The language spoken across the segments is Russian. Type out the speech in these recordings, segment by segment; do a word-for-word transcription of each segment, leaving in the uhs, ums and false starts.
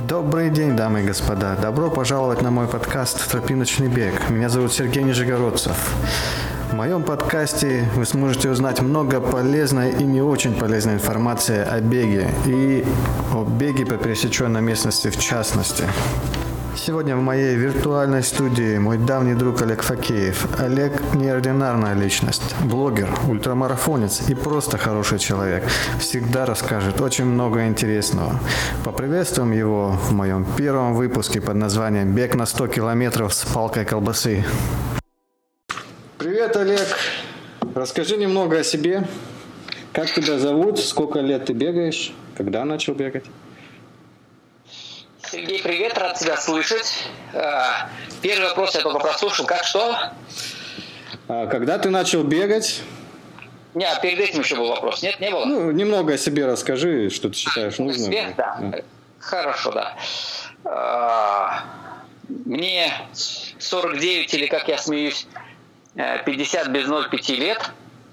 Добрый день, дамы и господа. Добро пожаловать на мой подкаст «Тропиночный бег». Меня зовут Сергей Нижегородцев. В моем подкасте вы сможете узнать много полезной и не очень полезной информации о беге и о беге по пересеченной местности в частности. Сегодня в моей виртуальной студии мой давний друг Олег Факеев. Олег – неординарная личность, блогер, ультрамарафонец и просто хороший человек. Всегда расскажет очень много интересного. Поприветствуем его в моем первом выпуске под названием «Бег на сто километров с палкой колбасы». Привет, Олег. Расскажи немного о себе. Как тебя зовут, сколько лет ты бегаешь, когда начал бегать? Сергей, привет, рад тебя слышать. Первый вопрос я только прослушал. Как что? А когда ты начал бегать? Не, а перед этим еще был вопрос. Нет, не было? Ну, немного о себе расскажи, что ты считаешь а, нужным. Себе? Да. да. Хорошо, да. Мне сорок девять, или, как я смеюсь, пятьдесят без ноль пять лет.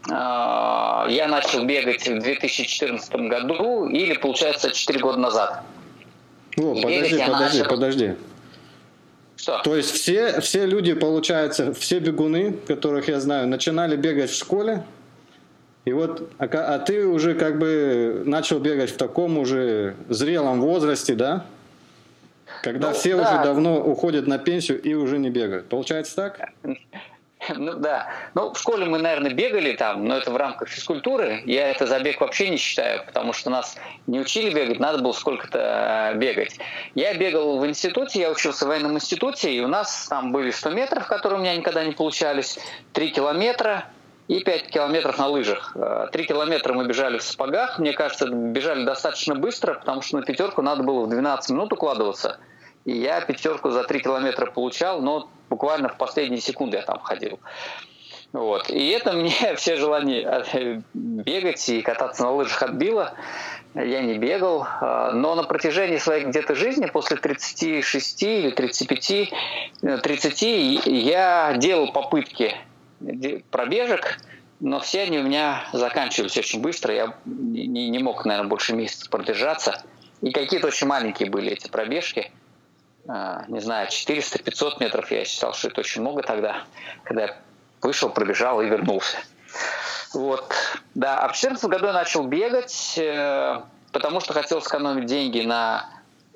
Я начал бегать в две тысячи четырнадцатом году, или, получается, четыре года назад. О, подожди, подожди, начал... подожди. Что? То есть все, все люди, получается, все бегуны, которых я знаю, начинали бегать в школе, и вот, а, а ты уже как бы начал бегать в таком уже зрелом возрасте, да? Когда ну, все да. уже давно уходят на пенсию и уже не бегают. Получается так? Ну да. Ну, в школе мы, наверное, бегали там, но это в рамках физкультуры. Я это за бег вообще не считаю, потому что нас не учили бегать, надо было сколько-то бегать. Я бегал в институте, я учился в военном институте, и у нас там были сто метров, которые у меня никогда не получались, три километра и пять километров на лыжах. три километра мы бежали в сапогах, мне кажется, бежали достаточно быстро, потому что на пятерку надо было в двенадцать минут укладываться. И я пятерку за три километра получал, но буквально в последние секунды я там ходил. Вот. И это мне все желания бегать и кататься на лыжах отбило. Я не бегал. Но на протяжении своей где-то жизни, после тридцати шести или тридцати пяти, тридцати, я делал попытки пробежек, но все они у меня заканчивались очень быстро. Я не, не мог, наверное, больше месяца продержаться. И какие-то очень маленькие были эти пробежки. Не знаю, четыреста-пятьсот метров, я считал, что это очень много тогда, когда я вышел, пробежал и вернулся. Вот. Да, а в две тысячи четырнадцатом году я начал бегать, потому что хотел сэкономить деньги на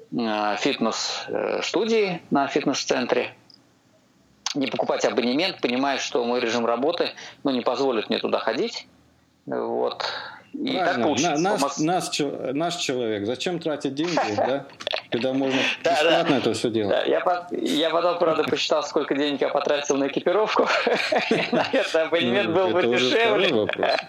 фитнес-студии, на фитнес-центре, не покупать абонемент, понимая, что мой режим работы ну, не позволит мне туда ходить. Вот. И правильно. Так получилось. На, наш, наш, наш человек, зачем тратить деньги, да? Когда можно бесплатно да, да. это все делать. Да, я, я потом, правда, посчитал, сколько денег я потратил на экипировку. Наверное, абонемент был бы дешевле.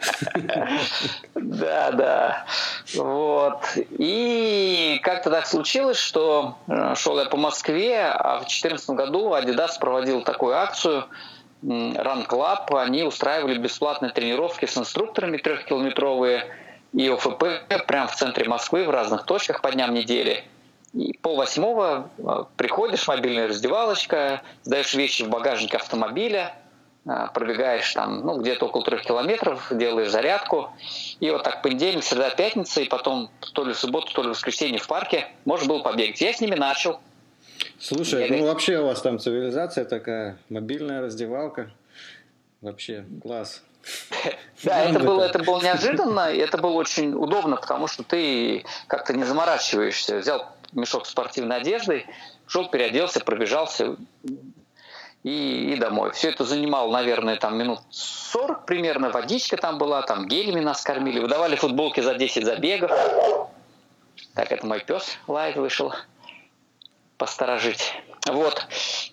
Да, да. Вот. И как-то так случилось, что шел я по Москве, а в две тысячи четырнадцатом году Adidas проводил такую акцию Run Club. Они устраивали бесплатные тренировки с инструкторами трехкилометровые и ОФП прямо в центре Москвы, в разных точках по дням недели. И полвосьмого приходишь, мобильная раздевалочка, сдаешь вещи в багажник автомобиля, пробегаешь там ну, где-то около трех километров, делаешь зарядку. И вот так понедельник, среда, пятница, и потом то ли в субботу, то ли в воскресенье в парке можно было побегать. Я с ними начал. Слушай, я ну вообще у вас там цивилизация такая, мобильная раздевалка. Вообще класс. Да, это было, это было неожиданно, и это было очень удобно, потому что ты как-то не заморачиваешься. Взял мешок спортивной одежды, шел, переоделся, пробежался и, и домой. Все это занимало, наверное, там минут сорок примерно. Водичка там была, там гелями нас кормили, выдавали футболки за десять забегов. Так, это мой пес лает вышел посторожить. Вот.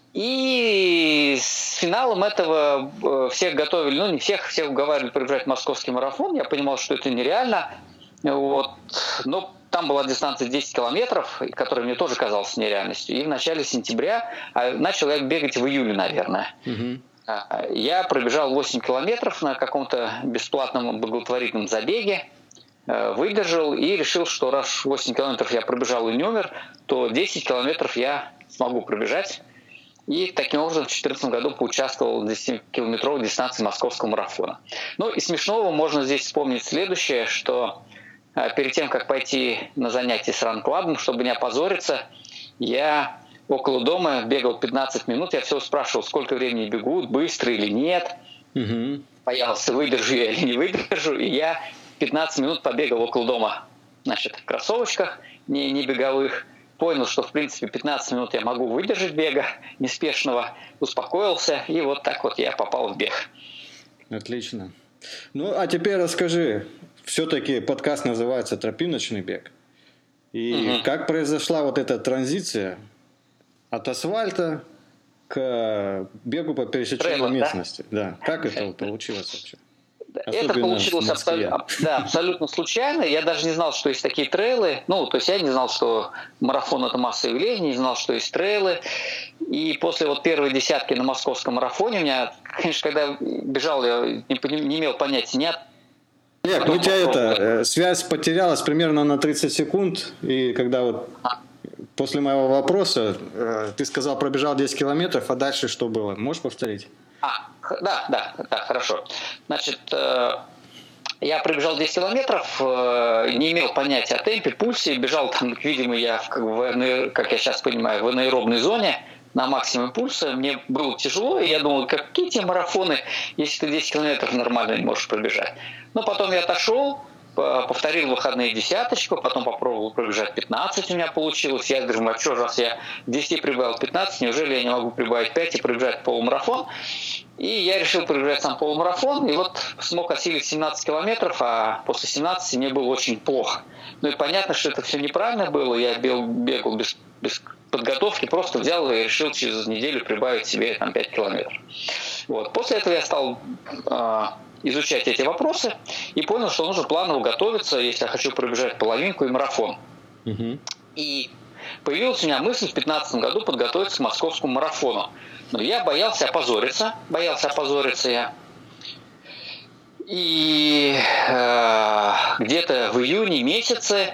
И с финалом этого всех готовили, ну не всех, всех уговаривали пробежать московский марафон. Я понимал, что это нереально. Вот. Но там была дистанция десять километров, которая мне тоже казалась нереальностью. И в начале сентября, а начал я бегать в июле, наверное. Угу. Я пробежал восемь километров на каком-то бесплатном благотворительном забеге. Выдержал и решил, что раз восемь километров я пробежал и не умер, то десять километров я смогу пробежать. И таким образом в две тысячи четырнадцатом году поучаствовал в десятикилометровой дистанции московского марафона. Ну и смешного можно здесь вспомнить следующее, что перед тем, как пойти на занятия с Run Club, чтобы не опозориться, я около дома бегал пятнадцать минут, я все спрашивал, сколько времени бегут, быстро или нет. Угу. Боялся, выдержу я или не выдержу, и я пятнадцать минут побегал около дома, значит, в кроссовочках, не, не беговых. Понял, что, в принципе, пятнадцать минут я могу выдержать бега неспешного, успокоился, и вот так вот я попал в бег. Отлично. Ну, а теперь расскажи, все-таки подкаст называется «Тропиночный бег». И угу. как произошла вот эта транзиция от асфальта к бегу по пересеченной Трейлом, местности? Да? Да. Как это получилось вообще? Это получилось абсолютно, да, абсолютно случайно. Я даже не знал, что есть такие трейлы. Ну, то есть я не знал, что марафон – это массовое явление, не знал, что есть трейлы. И после вот первой десятки на московском марафоне у меня, конечно, когда бежал, я не, не имел понятия ни от... Нет, у тебя это, связь потерялась примерно на тридцать секунд, и когда вот а. после моего вопроса ты сказал, пробежал десять километров, а дальше что было? Можешь повторить? А, да, да, да, хорошо. Значит, э, я пробежал десять километров, э, не имел понятия о темпе, пульсе, бежал там, видимо, я, как, в, как я сейчас понимаю, в анаэробной зоне на максимуме пульса. Мне было тяжело, и я думал, какие те марафоны, если ты десять километров нормально не можешь пробежать. Но потом я отошел, повторил выходные десяточку, потом попробовал пробежать пятнадцать, у меня получилось. Я думаю, а что, раз я десять прибавил пятнадцать, неужели я не могу прибавить пять и пробежать полумарафон? И я решил пробежать сам полумарафон, и вот смог осилить семнадцать километров, а после семнадцати мне было очень плохо. Ну и понятно, что это все неправильно было, я бегал, бегал без, без подготовки, просто взял и решил через неделю прибавить себе там пять километров. Вот. После этого я стал... изучать эти вопросы и понял, что нужно планово готовиться, если я хочу пробежать половинку и марафон. Uh-huh. И появилась у меня мысль в две тысячи пятнадцатом году подготовиться к московскому марафону. Но я боялся опозориться, боялся опозориться я. И э, где-то в июне месяце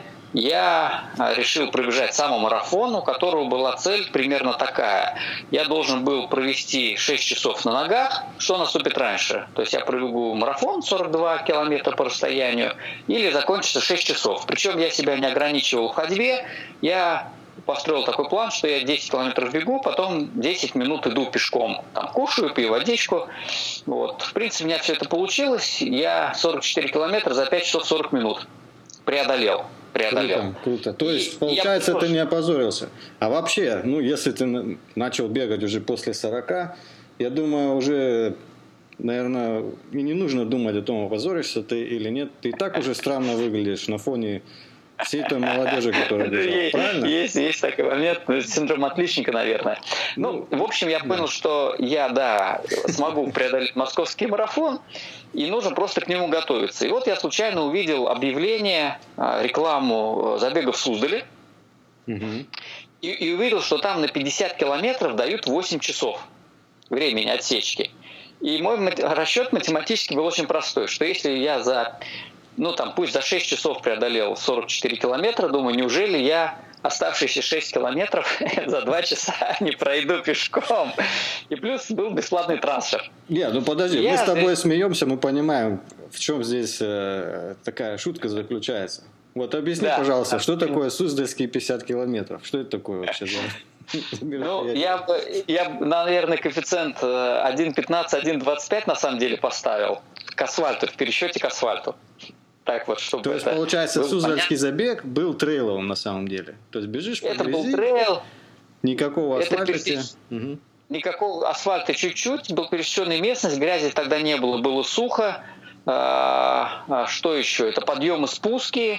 я решил пробежать самомарафон, у которого была цель примерно такая. Я должен был провести шесть часов на ногах, что наступит раньше. То есть я пробегу марафон сорок два километра по расстоянию или закончится шесть часов. Причем я себя не ограничивал в ходьбе. Я построил такой план, что я десять километров бегу, потом десять минут иду пешком. Там кушаю, пью водичку. Вот. В принципе, у меня все это получилось. Я сорок четыре километра за пять часов сорок минут преодолел. преодолел. Круто, круто. То есть, и, получается, и ты не опозорился. А вообще, ну, если ты начал бегать уже после сорока, я думаю, уже, наверное, и не нужно думать о том, опозоришься ты или нет. Ты и так уже странно выглядишь на фоне всей той молодежи, которая бежала. Правильно? Есть, есть такой момент. Синдром отличника, наверное. Ну, ну в общем, я понял, да. что я, да, смогу преодолеть московский марафон, и нужно просто к нему готовиться. И вот я случайно увидел объявление, рекламу забега в Суздале, угу. и, и увидел, что там на пятьдесят километров дают восемь часов времени отсечки. И мой расчет математически был очень простой, что если я за, ну там пусть за шесть часов преодолел сорок четыре километра, думаю, неужели я оставшиеся шесть километров за два часа не пройду пешком. И плюс был бесплатный трансфер. Нет, ну подожди, я... мы с тобой смеемся, мы понимаем, в чем здесь э, такая шутка заключается. Вот объясни, да. пожалуйста, что такое Суздальские пятьдесят километров? Что это такое вообще за... Ну, я, я, наверное, коэффициент один пятнадцать, один двадцать пять на самом деле поставил к асфальту, в пересчете к асфальту. Так вот, чтобы То есть, это получается, Суздальский забег был трейловым на самом деле? То есть, бежишь по Это грязи, был трейл. Никакого асфальта? Пересеч... Угу. Никакого асфальта чуть-чуть. Был пересеченная местность, грязи тогда не было, было сухо. А, а что еще? Это подъемы, спуски.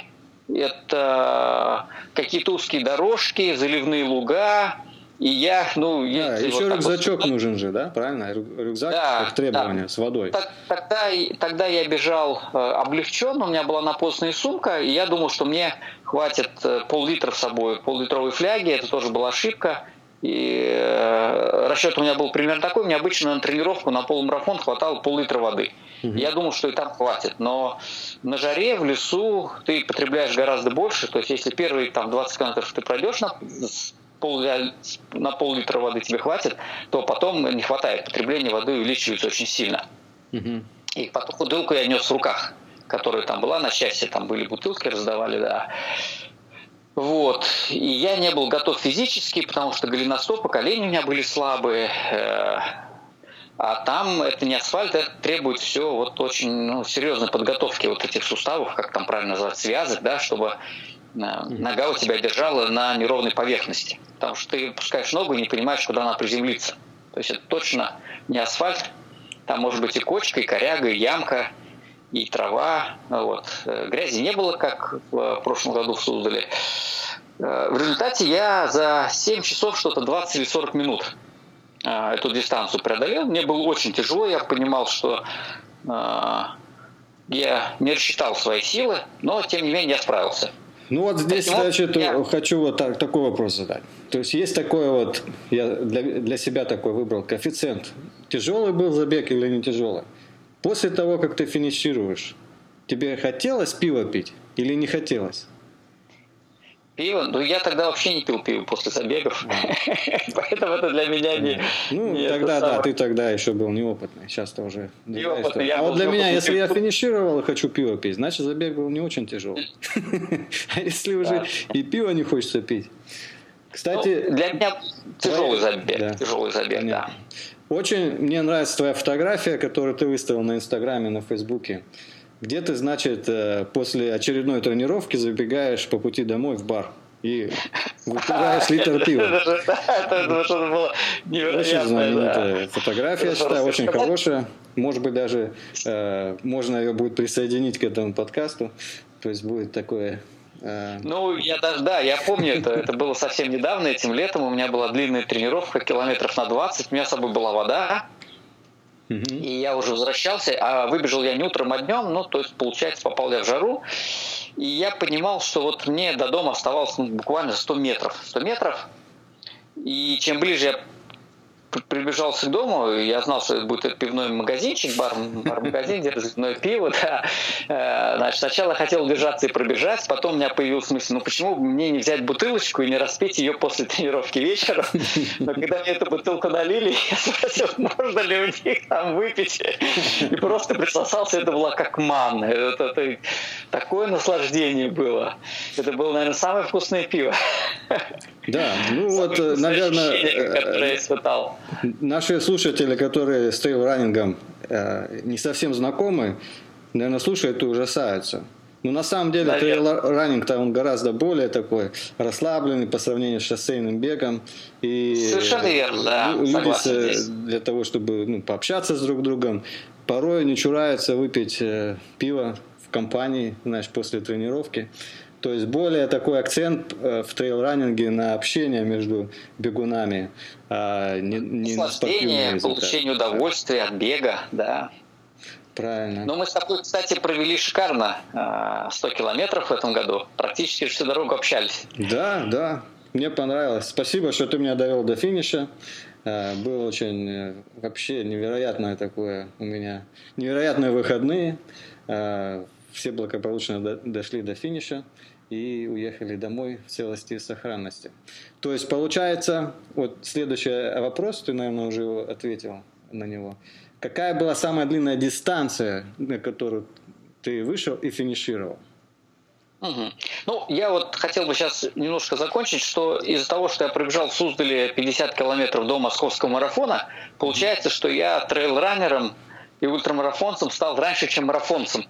Это какие-то узкие дорожки, заливные луга. И я, ну... Да, еще вот рюкзачок вот... нужен же, да? Правильно? Рюкзак, да, как требование, да. с водой. Так, тогда, тогда я бежал э, облегчен, у меня была напоследная сумка, и я думал, что мне хватит э, пол-литра с собой, пол-литровой фляги, это тоже была ошибка. И э, расчет у меня был примерно такой, мне обычно на тренировку, на полумарафон хватало пол-литра воды. Угу. Я думал, что и там хватит, но на жаре, в лесу ты потребляешь гораздо больше, то есть если первые там, двадцать километров ты пройдешь на... Пол, на пол-литра воды тебе хватит, то потом не хватает. Потребление воды увеличивается очень сильно. Uh-huh. И потом бутылку я нес в руках, которая там была, на счастье, там были бутылки, раздавали, да. Вот. И я не был готов физически, потому что голеностопы, колени у меня были слабые. А там это не асфальт, это требует все вот очень ну, серьезной подготовки вот этих суставов, как там правильно называть, связок, да, чтобы нога у тебя держала на неровной поверхности. Потому что ты пускаешь ногу и не понимаешь, куда она приземлится. То есть это точно не асфальт. Там может быть и кочка, и коряга, и ямка, и трава. Вот. Грязи не было, как в прошлом году в Суздале. В результате я за семь часов что-то двадцать или сорок минут эту дистанцию преодолел. Мне было очень тяжело. Я понимал, что я не рассчитал свои силы, но тем не менее я справился. Ну вот здесь, Таким значит, я... хочу вот так, такой вопрос задать. То есть есть такой вот, я для, для себя такой выбрал коэффициент. Тяжелый был забег или не тяжелый? После того, как ты финишируешь, тебе хотелось пиво пить или не хотелось? Пиво? Ну, я тогда вообще не пил пиво после забегов. Поэтому это для меня не... Ну, тогда, да, ты тогда еще был неопытный. Сейчас-то уже... А вот для меня, если я финишировал и хочу пиво пить, значит, забег был не очень тяжелый. А если уже и пиво не хочется пить? Кстати... Для меня тяжелый забег. Тяжелый забег, да. Очень мне нравится твоя фотография, которую ты выставил на Инстаграме, на Фейсбуке. Где ты, значит, после очередной тренировки забегаешь по пути домой в бар и выпиваешь литр пива. Это было невероятно. Очень знаменитая фотография, я считаю, очень хорошая. Может быть, даже можно ее будет присоединить к этому подкасту. То есть будет такое... Ну, я даже, да, я помню это. Это было совсем недавно, этим летом. У меня была длинная тренировка, километров на двадцать. У меня с собой была вода. И я уже возвращался, а выбежал я не утром, а днем, ну, то есть, получается, попал я в жару. И я понимал, что вот мне до дома оставалось ну, буквально сто метров. сто метров. И чем ближе я прибежался к дому, я знал, что это будет пивной магазинчик, бар, бар-магазин, где разливное пиво, да. Значит, сначала я хотел держаться и пробежать, потом у меня появилась мысль, ну почему мне не взять бутылочку и не распить ее после тренировки вечером? Но когда мне эту бутылку налили, я спросил, можно ли у них там выпить, и просто присосался, это было как манна. Это, это, такое наслаждение было. Это было, наверное, самое вкусное пиво. Да, ну вот, наверное, которое я испытал. Наши слушатели, которые с трейл-раннингом э, не совсем знакомы, наверное, слушают и ужасаются. Но на самом деле трейл-раннинг-то он гораздо более такой расслабленный по сравнению с шоссейным бегом. И совершенно верно, да. Люди для того, чтобы ну, пообщаться с друг другом, порой не чураются выпить э, пиво в компании, знаешь, после тренировки. То есть более такой акцент в трейл-раннинге на общение между бегунами, а не, не на спортивные результаты. Получение удовольствия от бега, да. Правильно. Но мы с тобой, кстати, провели шикарно сто километров в этом году. Практически всю дорогу общались. Да, да. Мне понравилось. Спасибо, что ты меня довел до финиша. Было очень вообще невероятное такое у меня, невероятные выходные. Все благополучно дошли до финиша и уехали домой в целости и сохранности. То есть, получается, вот следующий вопрос, ты, наверное, уже ответил на него. Какая была самая длинная дистанция, на которую ты вышел и финишировал? Угу. Ну, я вот хотел бы сейчас немножко закончить, что из-за того, что я пробежал в Суздале пятьдесят километров до московского марафона, получается, что я трейл-раннером и ультрамарафонцем стал раньше, чем марафонцем.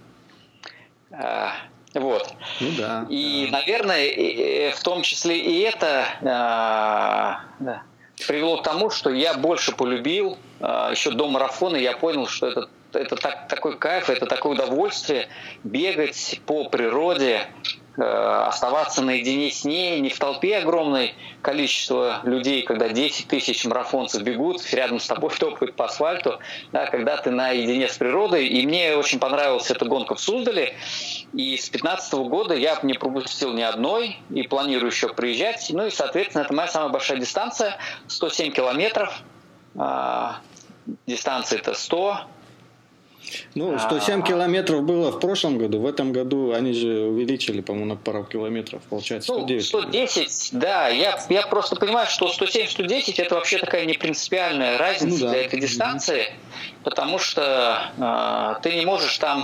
Вот. Ну да. И, да. наверное, в том числе и это да, привело к тому, что я больше полюбил. Еще до марафона я понял, что это, это так, такой кайф, это такое удовольствие бегать по природе, оставаться наедине с ней, не в толпе огромное количество людей, когда десять тысяч марафонцев бегут, рядом с тобой топают по асфальту, да, когда ты наедине с природой. И мне очень понравилась эта гонка в Суздале. И с две тысячи пятнадцатого года я не пропустил ни одной и планирую еще приезжать. Ну и, соответственно, это моя самая большая дистанция, сто семь километров. А, дистанция это сто. Ну, сто семь километров было в прошлом году, в этом году они же увеличили, по-моему, на пару километров, получается сто девять. Ну, сто десять, да, я, я просто понимаю, что сто семь - сто десять это вообще такая непринципиальная разница ну, да. для этой дистанции, mm-hmm. потому что э, ты не можешь там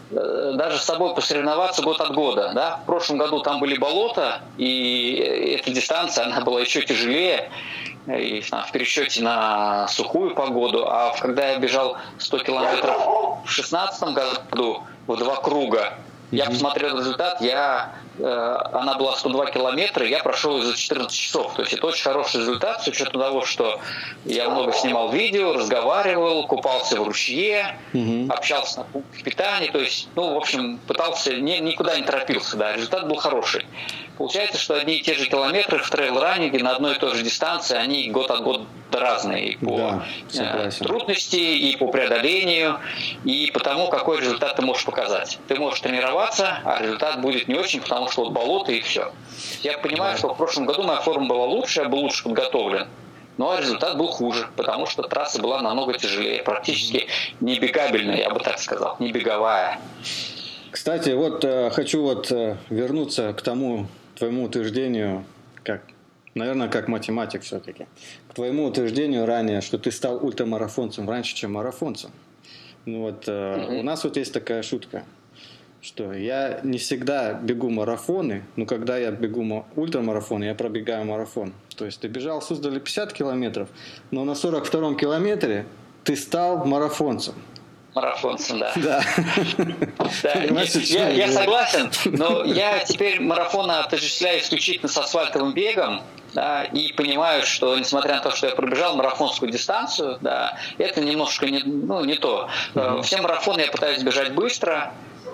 даже с собой посоревноваться год от года. Да? В прошлом году там были болота, и эта дистанция, она была еще тяжелее, и в пересчете на сухую погоду. А когда я бежал сто километров в шестнадцатом году в два круга, я посмотрел результат, я, э, она была сто два километра, я прошел за четырнадцать часов. То есть это очень хороший результат, с учетом того, что я много снимал видео, разговаривал, купался в ручье, mm-hmm. общался на пунктах питания. То есть, ну, в общем, пытался, не, никуда не торопился. Да, результат был хороший. Получается, что одни и те же километры в трейл-раннинге на одной и той же дистанции, они год от года разные и по да, трудности, и по преодолению, и по тому, какой результат ты можешь показать. Ты можешь тренироваться, а результат будет не очень, потому что вот болото и все. Я понимаю, да. что в прошлом году моя форма была лучше, я был лучше подготовлен, но результат был хуже, потому что трасса была намного тяжелее, практически не бегабельная, я бы так сказал, не беговая. Кстати, вот э, хочу вот э, вернуться к тому твоему утверждению, как, наверное, как математик все-таки, к твоему утверждению ранее, что ты стал ультрамарафонцем раньше, чем марафонцем. Ну вот э, mm-hmm. у нас вот есть такая шутка, что я не всегда бегу марафоны, но когда я бегу ультрамарафон, я пробегаю марафон. То есть ты бежал в Суздале пятьдесят километров, но на сорок втором километре ты стал марафонцем. Марафонцем, да. Да. да. Я, я согласен, но я теперь марафоны отождествляю исключительно с асфальтовым бегом, да, и понимаю, что несмотря на то, что я пробежал марафонскую дистанцию, да, это немножко не, ну, не то. Mm-hmm. Все марафоны я пытаюсь бежать быстро.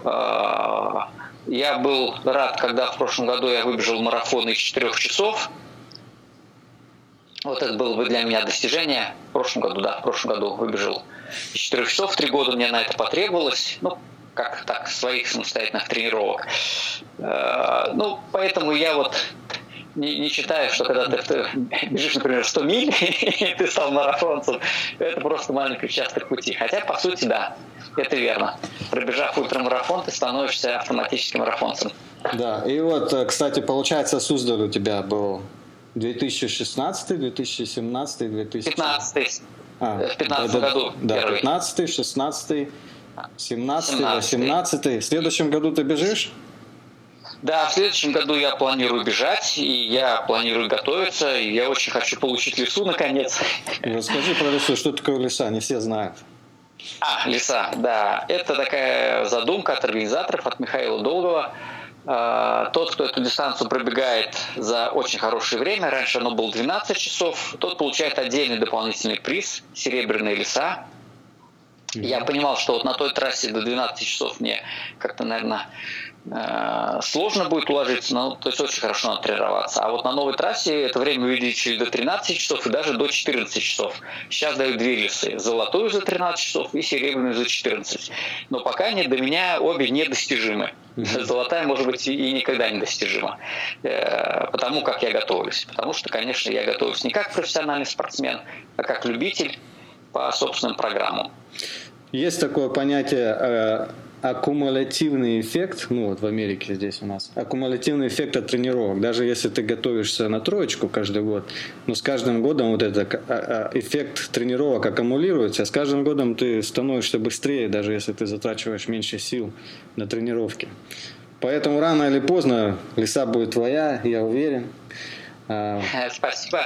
Я был рад, когда в прошлом году я выбежал марафон из четырех часов. Вот это было бы для меня достижение. В прошлом году, да, в прошлом году выбежал из четырех часов. Три года мне на это потребовалось. Ну, как так, своих самостоятельных тренировок. Ну, поэтому я вот не, не считаю, что когда ты, ты бежишь, например, сто миль, и ты стал марафонцем, это просто маленький участок пути. Хотя, по сути, да, это верно. Пробежав ультрамарафон, ты становишься автоматически марафонцем. Да, и вот, кстати, получается, Суздаль у тебя был две тысячи шестнадцатый, две тысячи семнадцатый, две тысячи пятнадцатый. А, в пятнадцатом да, году. Да, первый. пятнадцатый, шестнадцатый, семнадцатый, восемнадцатый. В следующем году ты бежишь? Да, в следующем году я планирую бежать, и я планирую готовиться, и я очень хочу получить лесу, наконец. Расскажи про лесу, что такое леса, не все знают. А, леса, да. Это такая задумка от организаторов, от Михаила Долгова. Тот, кто эту дистанцию пробегает за очень хорошее время, раньше оно было двенадцать часов, тот получает отдельный дополнительный приз – серебряные леса. Mm-hmm. Я понимал, что вот на той трассе до двенадцати часов мне как-то, наверное, сложно будет уложиться, но то есть очень хорошо надо тренироваться. А вот на новой трассе это время увеличили до тринадцати часов и даже до четырнадцати часов. Сейчас дают две лесы – золотую за тринадцать часов и серебряную за четырнадцать. Но пока они для меня обе недостижимы. Mm-hmm. Золотая, может быть, и никогда не достижима. Потому как я готовлюсь. Потому что, конечно, я готовлюсь не как профессиональный спортсмен, а как любитель по собственным программам. Есть такое понятие э, аккумулятивный эффект, ну вот в Америке здесь у нас, аккумулятивный эффект от тренировок. Даже если ты готовишься на троечку каждый год, но с каждым годом вот этот эффект тренировок аккумулируется, а с каждым годом ты становишься быстрее, даже если ты затрачиваешь меньше сил на тренировки. Поэтому рано или поздно леса будет твоя, я уверен. Спасибо.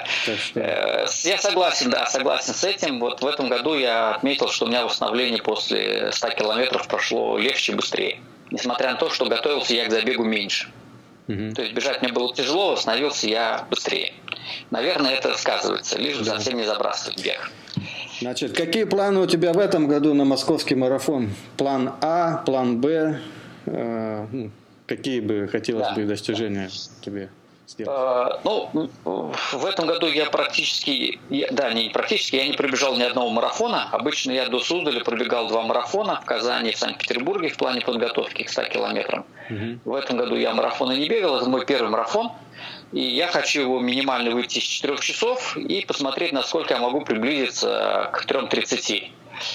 Я согласен, да, согласен с этим. Вот в этом году я отметил, что у меня восстановление после ста километров прошло легче и быстрее. Несмотря на то, что готовился я к забегу меньше. Угу. То есть бежать мне было тяжело, восстановился я быстрее. Наверное, это сказывается, лишь бы да. совсем не забрасывать бег. Значит, какие планы у тебя в этом году на московский марафон? План А, план Б? Э, ну, какие бы хотелось да. бы достижения тебе? Uh, ну, в этом году я практически, я, да, не практически, я не пробежал ни одного марафона. Обычно я до Суздаля пробегал два марафона в Казани и в Санкт-Петербурге в плане подготовки к ста километрам. Uh-huh. В этом году я марафона не бегал, это мой первый марафон. И я хочу его минимально выйти с четырех часов и посмотреть, насколько я могу приблизиться к трем тридцати.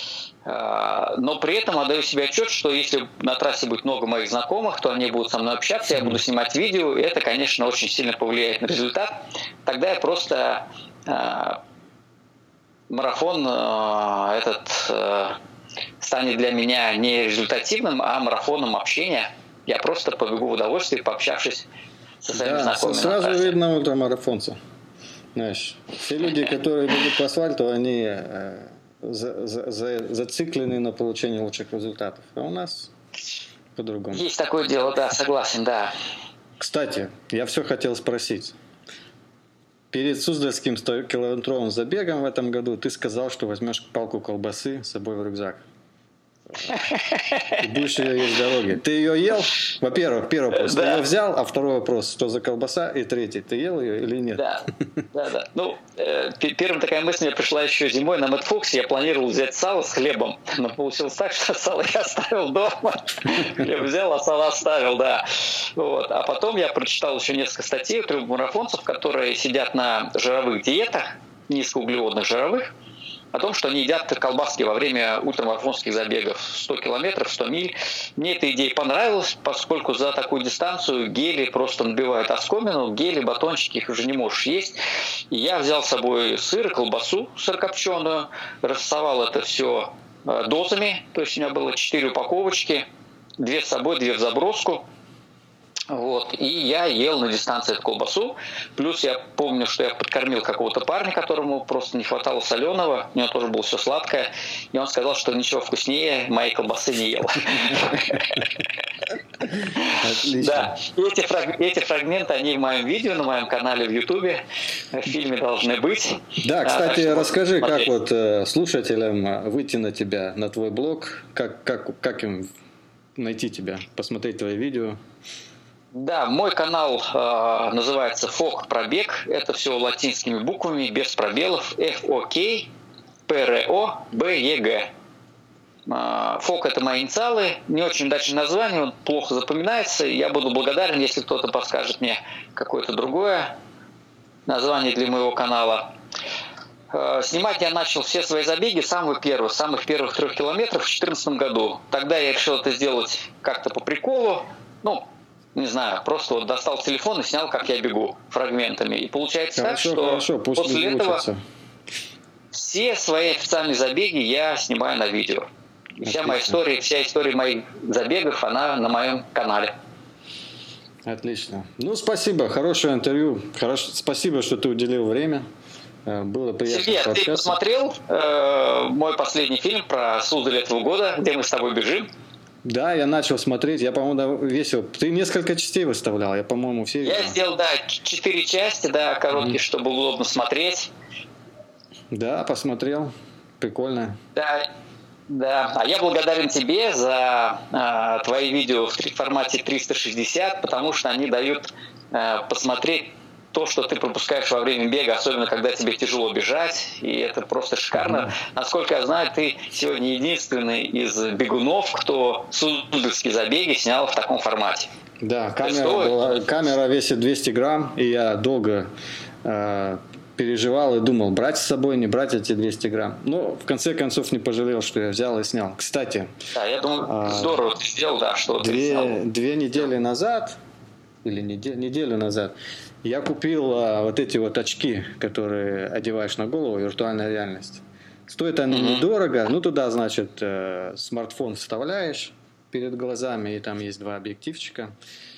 Но при этом отдаю себе отчет, что если на трассе будет много моих знакомых, то они будут со мной общаться, я буду снимать видео, и это, конечно, очень сильно повлияет на результат. Тогда я просто э, марафон э, этот э, станет для меня не результативным, а марафоном общения. Я просто побегу в удовольствие, пообщавшись со своими да, знакомыми. Сразу видно ультрамарафонца. Знаешь, все люди, которые бегут по асфальту, они э, за, за, за, зациклены на получении лучших результатов. А у нас по-другому. Есть такое дело, да, согласен, да. Кстати, я все хотел спросить. Перед Суздальским стокилометровым забегом в этом году ты сказал, что возьмешь палку колбасы с собой в рюкзак. И будешь ее есть с дороги. Ты ее ел? Во-первых, первый вопрос. Да. Ты ее взял, а второй вопрос, что за колбаса? И третий, ты ел ее или нет? Да, да, да. Ну, э, первая такая мысль мне пришла еще зимой на Мэтфоксе. Я планировал взять сало с хлебом, но получилось так, что сало я оставил дома. Хлеб взял, а сало оставил, да. Вот. А потом я прочитал еще несколько статей марафонцев, которые сидят на жировых диетах, низкоуглеводных жировых, о том, что они едят колбаски во время ультрамарафонских забегов сто километров, сто миль. Мне эта идея понравилась, поскольку за такую дистанцию гели просто набивают оскомину, гели, батончики, их уже не можешь есть. И я взял с собой сыр и колбасу сырокопченую, рассовал это все дозами, то есть у меня было четыре упаковочки, две с собой, две в заброску. Вот. И я ел на дистанции эту колбасу. Плюс я помню, что я подкормил какого-то парня, которому просто не хватало соленого. У него тоже было все сладкое. И он сказал, что ничего вкуснее моей колбасы не ел. Отлично. Да. Эти, фраг... эти фрагменты, они в моем видео, на моем канале в Ютубе, в фильме должны быть. Да, кстати, а, расскажи, как вот э, слушателям выйти на тебя, на твой блог, как, как, как им найти тебя, посмотреть твои видео? Да, мой канал э, называется Фок Пробег. Это все латинскими буквами, без пробелов. эф о кей пэ эр о бэ е гэ. Фок — это мои инициалы. Не очень удачное название, он плохо запоминается. Я буду благодарен, если кто-то подскажет мне какое-то другое название для моего канала. Э, снимать я начал все свои забеги с самого первого, с самых первых трех километров в две тысячи четырнадцатом году. Тогда я решил это сделать как-то по приколу. Ну, не знаю, просто вот достал телефон и снял, как я бегу, фрагментами. И получается хорошо, так, что хорошо, после этого все свои официальные забеги я снимаю на видео. И вся моя история, вся история моих забегов, она на моем канале. Отлично. Ну, спасибо, хорошее интервью. Хорош... Спасибо, что ты уделил время. Было приятно Сергей, пообщаться. ты посмотрел э, мой последний фильм про Суздаль этого года, где мы с тобой бежим? Да, я начал смотреть, я, по-моему, весил. Ты несколько частей выставлял, я, по-моему, все видел. Я сделал, да, четыре части, да, короткие, mm-hmm. чтобы удобно смотреть. Да, посмотрел, прикольно. Да, да. А я благодарен тебе за э, твои видео в формате триста шестьдесят, потому что они дают э, посмотреть то, что ты пропускаешь во время бега, особенно когда тебе тяжело бежать, и это просто шикарно. Mm-hmm. Насколько я знаю, ты сегодня единственный из бегунов, кто суздальские забеги снял в таком формате. Да, камера, была, камера весит двести грамм, и я долго э, переживал и думал, брать с собой, не брать эти двести грамм. Но в конце концов не пожалел, что я взял и снял. Кстати, да, я думаю, э, здорово ты сделал, да, что две, ты снял. Две недели назад, или неделю, неделю назад, я купил а, вот эти вот очки, которые одеваешь на голову, виртуальная реальность. Стоят они mm-hmm. недорого, ну туда, значит, э, смартфон вставляешь перед глазами, и там есть два объективчика.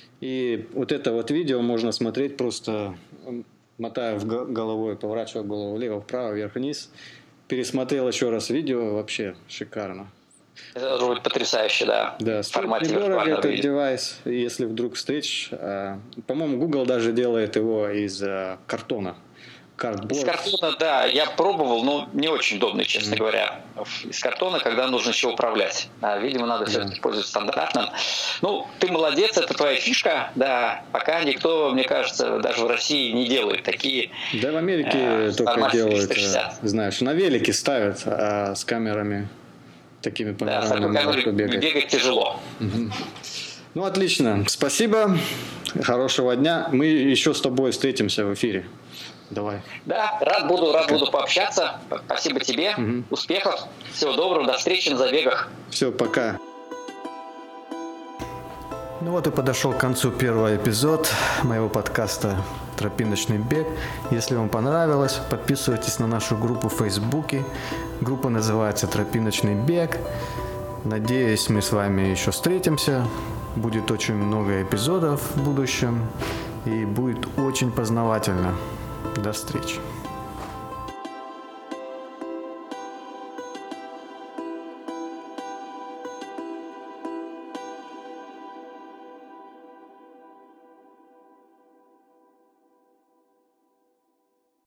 И вот это вот видео можно смотреть просто, мотая головой, поворачивая голову влево-вправо, вверх-вниз. Пересмотрел еще раз видео, вообще шикарно. Это должно быть потрясающе, да. Да, стоит недорого этот видео. Девайс, если вдруг встреч. Э, по-моему, Google даже делает его из э, картона. Картборд. Из картона, да, я пробовал, но не очень удобно, честно mm. говоря. Из картона, когда нужно еще управлять. А, видимо, надо yeah. все-таки пользоваться стандартным. Ну, ты молодец, это твоя фишка, да. Пока никто, мне кажется, даже в России не делает такие. Да, в Америке э, только делают, э, знаешь, на велике ставят а с камерами. Такими панорамами, да, бегать. бегать тяжело. Угу. Ну, отлично. Спасибо. Хорошего дня. Мы еще с тобой встретимся в эфире. Давай. Да, рад буду, рад буду пообщаться. Спасибо тебе. Угу. Успехов. Всего доброго. До встречи на забегах. Все, пока. Ну вот и подошел к концу первый эпизод моего подкаста «Тропиночный бег». Если вам понравилось, подписывайтесь на нашу группу в Фейсбуке. Группа называется «Тропиночный бег». Надеюсь, мы с вами еще встретимся. Будет очень много эпизодов в будущем. И будет очень познавательно. До встречи.